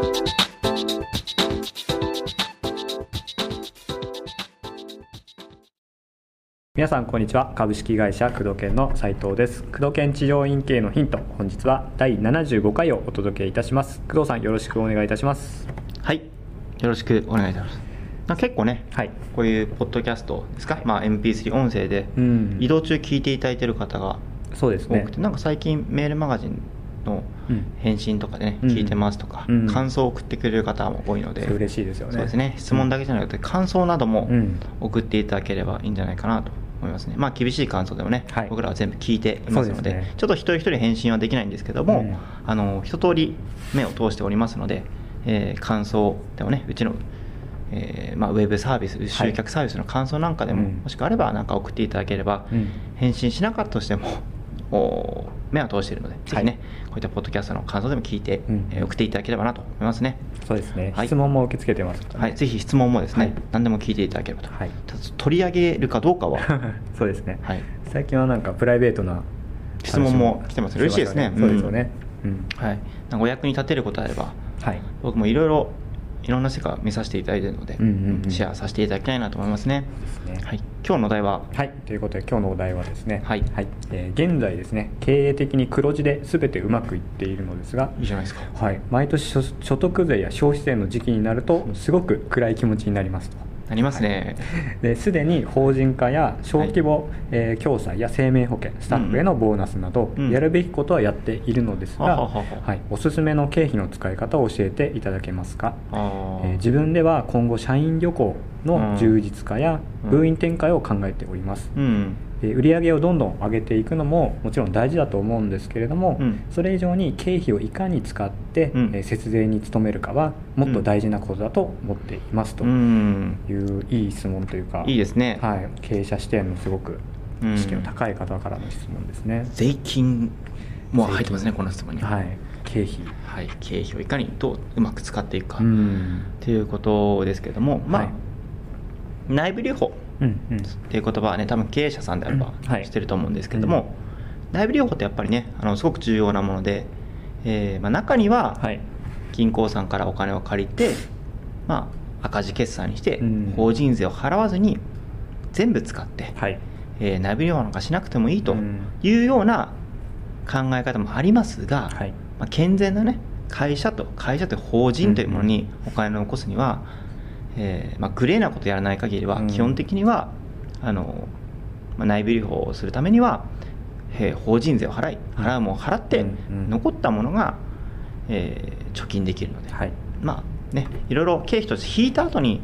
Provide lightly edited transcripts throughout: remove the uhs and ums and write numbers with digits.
皆さんこんにちは。株式会社工藤研の斉藤です。工藤研治療院経営のヒント、本日は第75回をお届けいたします。工藤さん、よろしくお願いいたします。 はい、よろしくお願いいたします。結構ね、 はい、 こういうポッドキャストですか、MP3 音声で移動中聞いていただいている方がそうですね、 多くて、なんか最近メールマガジンの返信とかでね、聞いてますとか、感想を送ってくれる方も多いので、 嬉しいですよね。 そうですね、質問だけじゃなくて感想なども送っていただければいいんじゃないかなと思いますね。厳しい感想でもね、はい、僕らは全部聞いていますので、ちょっと一人一人返信はできないんですけども、一通り目を通しておりますので、感想でもね、うちのウェブサービス、集客サービスの感想なんかでも、もしくはあればなんか送っていただければ、返信しなかったとしても目は通しているので、ぜひね、こういったポッドキャストの感想でも聞いて、送っていただければなと思いますね。 そうですね、質問も受け付けてますからね。 はい、ぜひ質問もですね、何でも聞いていただければと。ただ取り上げるかどうかはそうですね、最近はなんかプライベートな質問も来てます。嬉しいですね。 そうですよね。 なんかお役に立てることあれば、僕もいろんな世界を見させていただいているので、シェアさせていただきたいなと思いますね。今日のお題は、 ということで今日のお題はですね、現在ですね、経営的に黒字で全てうまくいっているのですが、 いいじゃないですか。 毎年所得税や消費税の時期になるとすごく暗い気持ちになりますと。 なりますね。 ですでに法人化や小規模、共済や生命保険、スタッフへのボーナスなど、やるべきことはやっているのですが、おすすめの経費の使い方を教えていただけますか。自分では今後社員旅行の充実化や分院展開を考えております。売上をどんどん上げていくのももちろん大事だと思うんですけれども、それ以上に経費をいかに使って、節税に努めるかはもっと大事なことだと思っていますといういい質問というか、 いいですね。 経営者視点のすごく意識の高い方からの質問ですね。 税金も入ってますね、この質問に。 経費、 経費をいかにどううまく使っていくかということですけれども、内部留保っていう言葉はね、多分経営者さんであれば知ってると思うんですけれども、内部留保ってやっぱりね、すごく重要なもので、中には銀行さんからお金を借りて、赤字決算にして法人税を払わずに全部使って、内部留保なんかしなくてもいいというような考え方もありますが、健全なね、会社という法人というものにお金を起こすには、グレーなことをやらない限りは、基本的には内部留保をするためには、法人税を払うものを払って、残ったものが、貯金できるので、いろいろ経費として引いた後に、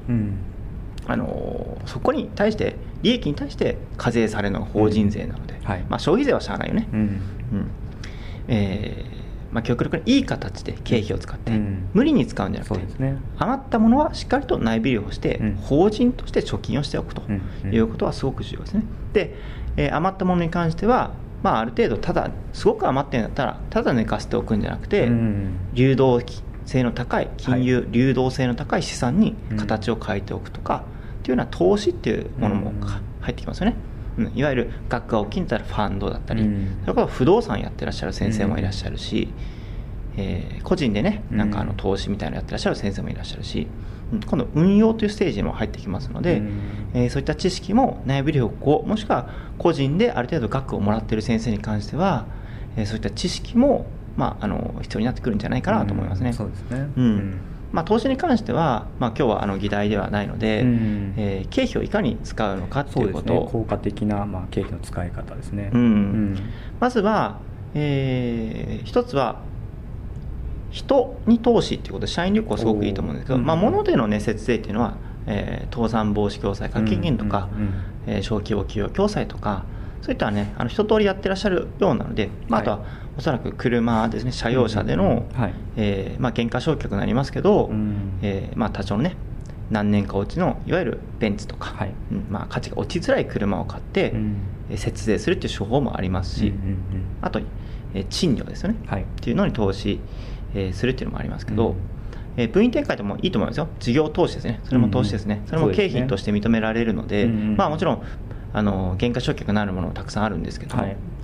そこに対して利益に対して課税されるのが法人税なので、消費税はしゃあないよね。極力いい形で経費を使って、無理に使うんじゃなくて、余ったものはしっかりと内部留保して、法人として貯金をしておくということはすごく重要ですね。で、余ったものに関しては、ある程度すごく余ってるんだったらただ寝かせておくんじゃなくて、流動性の高い金融、流動性の高い資産に形を変えておくとかっていうような投資っていうものも入ってきますよね。いわゆる額が大きいんだったらファンドだったり、それから不動産やってらっしゃる先生もいらっしゃるし、個人でね、なんか投資みたいなのやってらっしゃる先生もいらっしゃるし、今度運用というステージにも入ってきますので、そういった知識も内部留保もしくは個人である程度額をもらっている先生に関しては、そういった知識も、必要になってくるんじゃないかなと思いますね。 そうですね。 投資に関しては、今日は議題ではないので、経費をいかに使うのかということを、 効果的な、経費の使い方ですね。 まずは、一つは人に投資ということで、社員旅行はすごくいいと思うんですけど、物での、節税というのは、倒産防止共済掛け金とか、小規模企業共済とか、そういったね、一通りやってらっしゃるようなので、あとはおそらく車ですね、車用車での、減価償却になりますけど、多少のね、何年か落ちのいわゆるベンツとか、価値が落ちづらい車を買って、節税するっていう手法もありますし、あと賃料ですよね、っていうのに投資、するっていうのもありますけど、分院展開でもいいと思いますよ。事業投資ですね、それも投資ですね。それも経費として認められるので、もちろん減価償却になるものもたくさんあるんですけども、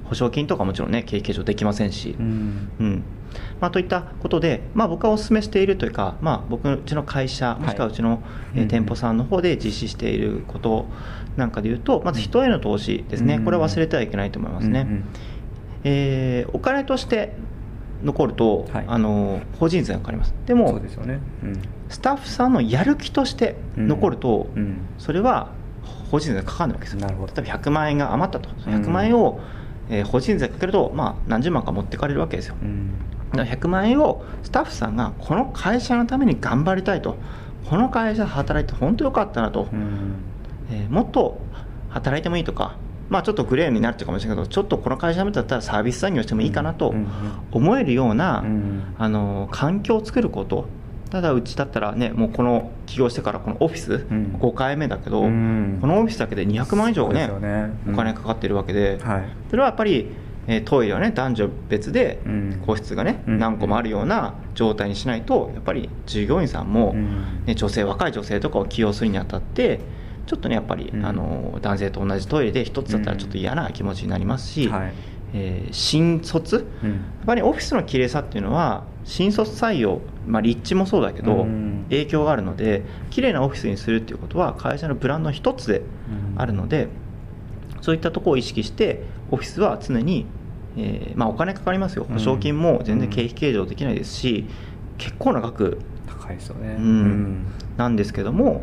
保証金とかもちろんね経営計上できませんし、といったことで、僕がお勧めしているというか、うちの会社もしくはうちの、店舗さんの方で実施していることなんかでいうと、まず人への投資ですね、これは忘れてはいけないと思いますね。お金として残ると、法人税がかかります。でもそうですよね、 スタッフさんのやる気として残ると、それは法人税がかかるわけですよ。例えば100万円が余ったと、100万円を、法人税かけると、何十万か持ってかれるわけですよ。だから100万円をスタッフさんがこの会社のために頑張りたいと、この会社で働いて本当よかったなと、もっと働いてもいいとか、ちょっとグレーになっちゃうかもしれないけど、ちょっとこの会社だったらサービス産業してもいいかなと思えるような、環境を作ること。ただうちだったらね、もうこの起業してからこのオフィス、5回目だけど、このオフィスだけで200万以上ね、お金かかってるわけで、それはやっぱりトイレはね男女別で個室がね何個もあるような状態にしないと、やっぱり従業員さんも若い女性とかを起用するにあたってちょっとねやっぱり男性と同じトイレで一つだったらちょっと嫌な気持ちになりますし、新卒、やっぱりオフィスの綺麗さっていうのは新卒採用、立地もそうだけど影響があるので、綺麗なオフィスにするっていうことは会社のブランドの一つであるので、そういったところを意識してオフィスは常に、お金かかりますよ。保証金も全然経費計上できないですし、結構な額高いですよね、 なんですけども、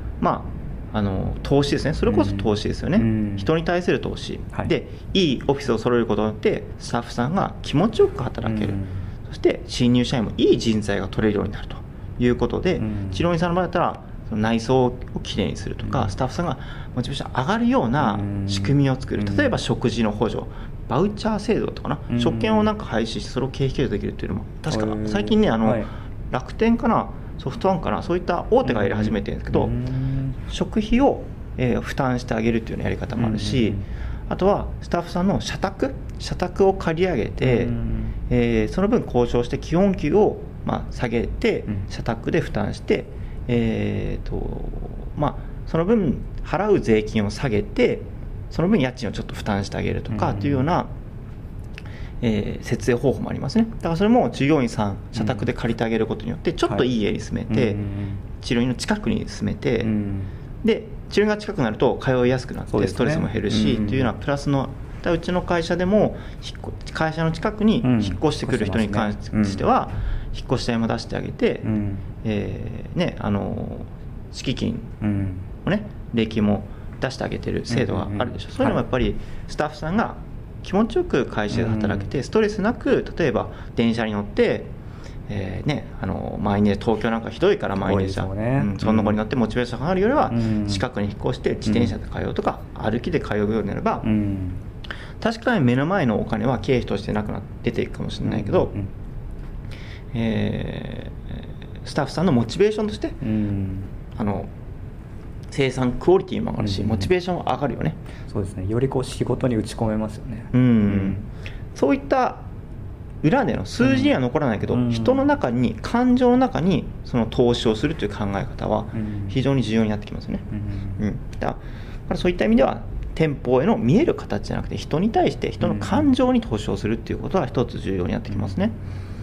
投資ですね。それこそ投資ですよね、人に対する投資、でいいオフィスを揃えることによってスタッフさんが気持ちよく働ける、そして新入社員もいい人材が取れるようになるということで、治療院さんの場合だったら内装をきれいにするとか、スタッフさんがモチベーション上がるような仕組みを作る。例えば食事の補助、バウチャー制度とかな、食券を廃止してそれを経費計上できるっていうのも確か最近ね楽天かな、ソフトバンクかな、そういった大手がやり始めてるんですけど、食費を負担してあげるっていうようなやり方もあるし、あとはスタッフさんの社宅を借り上げて、その分交渉して基本給を下げて社宅で負担して、その分払う税金を下げてその分家賃をちょっと負担してあげるとかっていうような、節税方法もありますね。だからそれも従業員さん社宅で借りてあげることによってちょっといい家に住めて、治療院の近くに住めて、で治療院が近くなると通いやすくなってストレスも減るし、っていうようなプラスの、うちの会社でも会社の近くに引っ越してくる人に関しては引っ越し代も出してあげて、敷金をね礼金も出してあげてる制度があるでしょ。そういうのもやっぱりスタッフさんが気持ちよく会社で働けて、ストレスなく、例えば電車に乗って満員で東京なんかひどいから満員電車、その後に乗ってモチベーションが上がるよりは、近くに引っ越して自転車で通うとか、歩きで通うようになれば、確かに目の前のお金は経費としてなくなって出ていくかもしれないけど、スタッフさんのモチベーションとして、生産クオリティも上がるし、モチベーションも上がるよね。 そうですね、より仕事に打ち込めますよね。 そういった裏での数字には残らないけど、人の中に感情の中にその投資をするという考え方は非常に重要になってきますよね。だからそういった意味では店舗への見える形じゃなくて、人に対して人の感情に投資をするっていうことは一つ重要になってきますね。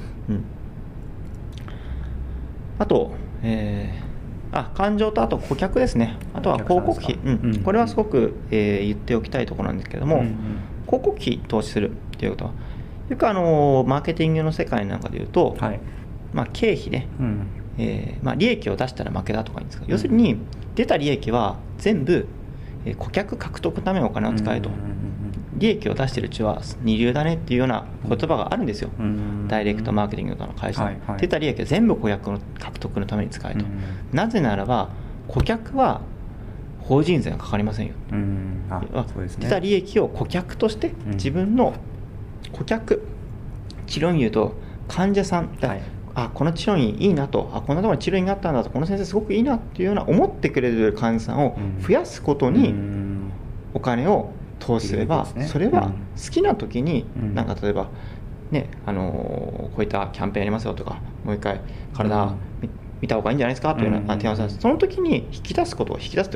あと、感情とあと顧客ですね。あとは広告費、これはすごく、言っておきたいところなんですけれども、広告費投資するっていうことはよくマーケティングの世界なんかでいうと、経費ね、利益を出したら負けだとか言うんですが、要するに出た利益は全部顧客獲得のためにお金を使えと、利益を出しているうちは二流だねっていうような言葉があるんですよ。ダイレクトマーケティングとかの会社、出た利益は全部顧客の獲得のために使えと、なぜならば顧客は法人税がかかりませんよ。出た利益を顧客として自分の顧客、治療院言うと患者さん、この治療院いいなと、こんなところに治療院があったんだと、この先生すごくいいなっていうような思ってくれる患者さんを増やすことにお金を投資すれば、それは好きな時に例えばね、こういったキャンペーンやりますよとか、もう一回体見た方がいいんじゃないですかというような提案をされて、その時に引き出すというか、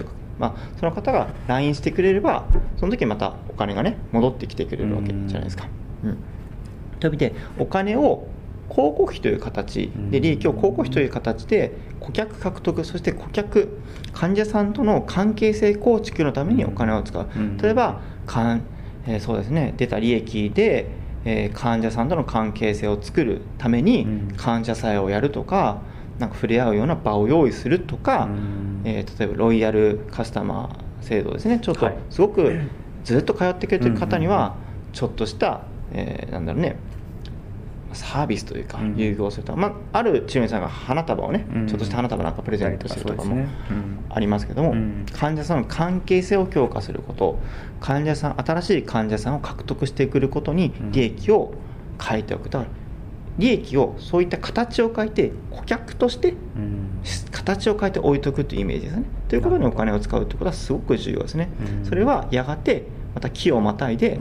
その方が LINE してくれればその時にまたお金がね戻ってきてくれるわけじゃないですか。という意味でお金を広告費という形で利益を広告費という形で顧客獲得、そして顧客患者さんとの関係性構築のためにお金を使う。例えばそうですね、出た利益で患者さんとの関係性を作るために患者さえをやるとか、なんか触れ合うような場を用意するとか、例えばロイヤルカスタマー制度ですね、ちょっとすごくずっと通ってくれてる方にはちょっとしたなんだろうね、サービスというか優遇をすると、ある治療院さんが花束をね、ちょっとした花束なんかプレゼントするとかもありますけども、患者さんの関係性を強化すること、新しい患者さんを獲得してくることに利益を変えておくと、利益をそういった形を変えて顧客として形を変えて置いておくというイメージですね。ということにお金を使うということはすごく重要ですね。それはやがてまた期をまたいで、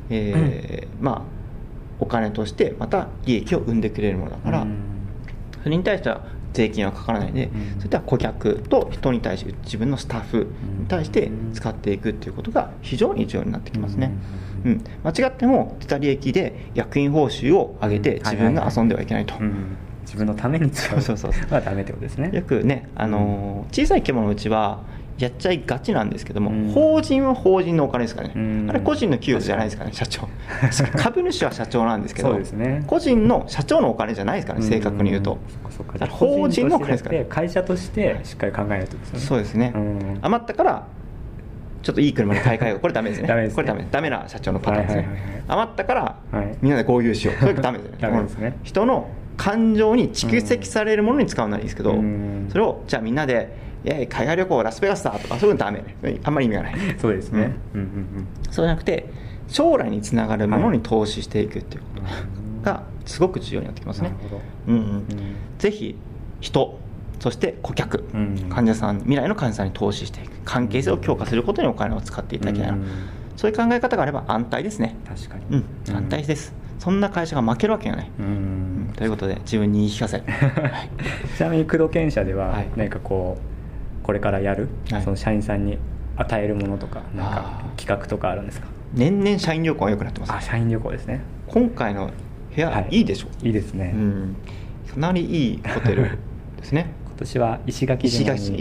お金としてまた利益を生んでくれるものだから、それに対しては税金はかからないので、そういった顧客と人に対して、自分のスタッフに対して使っていくということが非常に重要になってきますね。間違っても出た利益で役員報酬を上げて自分が遊んではいけないと、 自分のために使うのはダメってことですね。 よくね、小さい規模のうちはやっちゃいがちなんですけども、法人は法人のお金ですからね、あれ個人の給与じゃないですからね、社長株主は社長なんですけど、個人の社長のお金じゃないですからね、正確に言うと。法人のお金ですから、 会社としてしっかり考えないとですね。 そうですね、余ったからちょっといい車に買い替えよう、これダメですねこれダメな社長のパターンですね。余ったからみんなで合流しよう、それダメですね人の感情に蓄積されるものに使うならいいですけど、それをじゃあみんなで海外旅行ラスベガスだとか、そういうのダメ、あんまり意味がない。 そうですね、 そうじゃなくて将来につながるものに投資していくっていうことがすごく重要になってきますね。ぜひ人、そして顧客、患者さん、未来の患者さんに投資していく、関係性を強化することにお金を使っていただきたいな、そういう考え方があれば安泰ですね。 確かに、安泰です。そんな会社が負けるわけがない。ということで自分に言い聞かせちなみに工藤研社では何かこれからやる、その社員さんに与えるものとか、なんか企画とかあるんですか？ 年々社員旅行が良くなってます。 社員旅行ですね。 今回の部屋、いいでしょう。 いいですね。 かなりいいホテルですね。 今年は石垣島に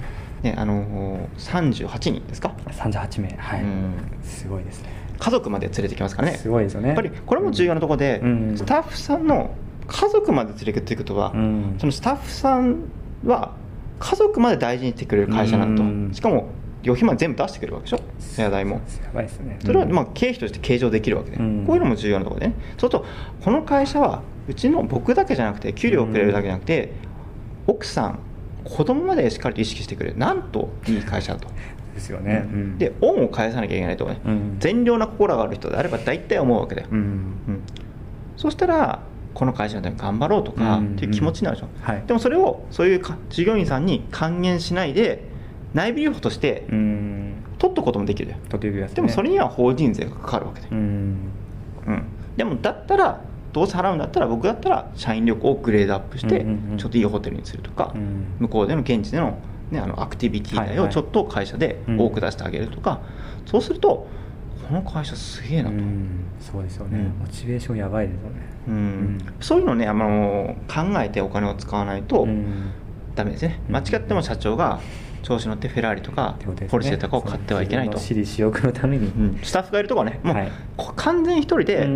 38人ですか ？38名、すごいですね。 家族まで連れてきますからね。 すごいですよね。 やっぱりこれも重要なところで、スタッフさんの家族まで連れていくということは、そのスタッフさんは家族まで大事にしてくれる会社なんと、しかも旅費まで全部出してくれるわけでしょ、部屋代も。 やばいですね。 それは経費として計上できるわけで、こういうのも重要なところでね。そうするとこの会社はうちの僕だけじゃなくて、給料をくれるだけじゃなくて、奥さん子供までしっかりと意識してくれる、なんといい会社だとですよね。 で恩を返さなきゃいけないとね、善良な心がある人であれば大体思うわけだよ。そうしたらこの会社のために頑張ろうとかっていう気持ちになるでしょ。でもそれをそういう従業員さんに還元しないで内部留保として取っとくこともできるよ。でもそれには法人税がかかるわけで、でもだったらどうせ払うんだったら、僕だったら社員旅行をグレードアップしてちょっといいホテルにするとか、向こうでの現地でのアクティビティ代をちょっと会社で多く出してあげるとか、そうするとこの会社すげえなと。 そうですよね、モチベーションやばいですよね。 そういうのをね、考えてお金を使わないとダメですね。間違っても社長が調子乗ってフェラーリとかポルシェとかを買ってはいけないと。 私利私欲のために、 スタッフがいるとかね、もう完全一人で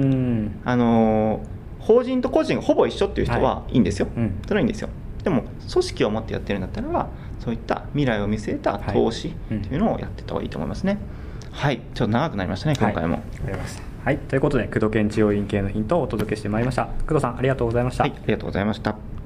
法人と個人がほぼ一緒っていう人はいいんですよ、それはいいんですよ。でも組織を持ってやってるんだったらば、そういった未来を見据えた投資というのをやっていった方がいいと思いますね。はい、ちょっと長くなりましたね、今回も。 はい、ということで工藤研治療院系のヒントをお届けしてまいりました。工藤さん、ありがとうございました。 はい、ありがとうございました。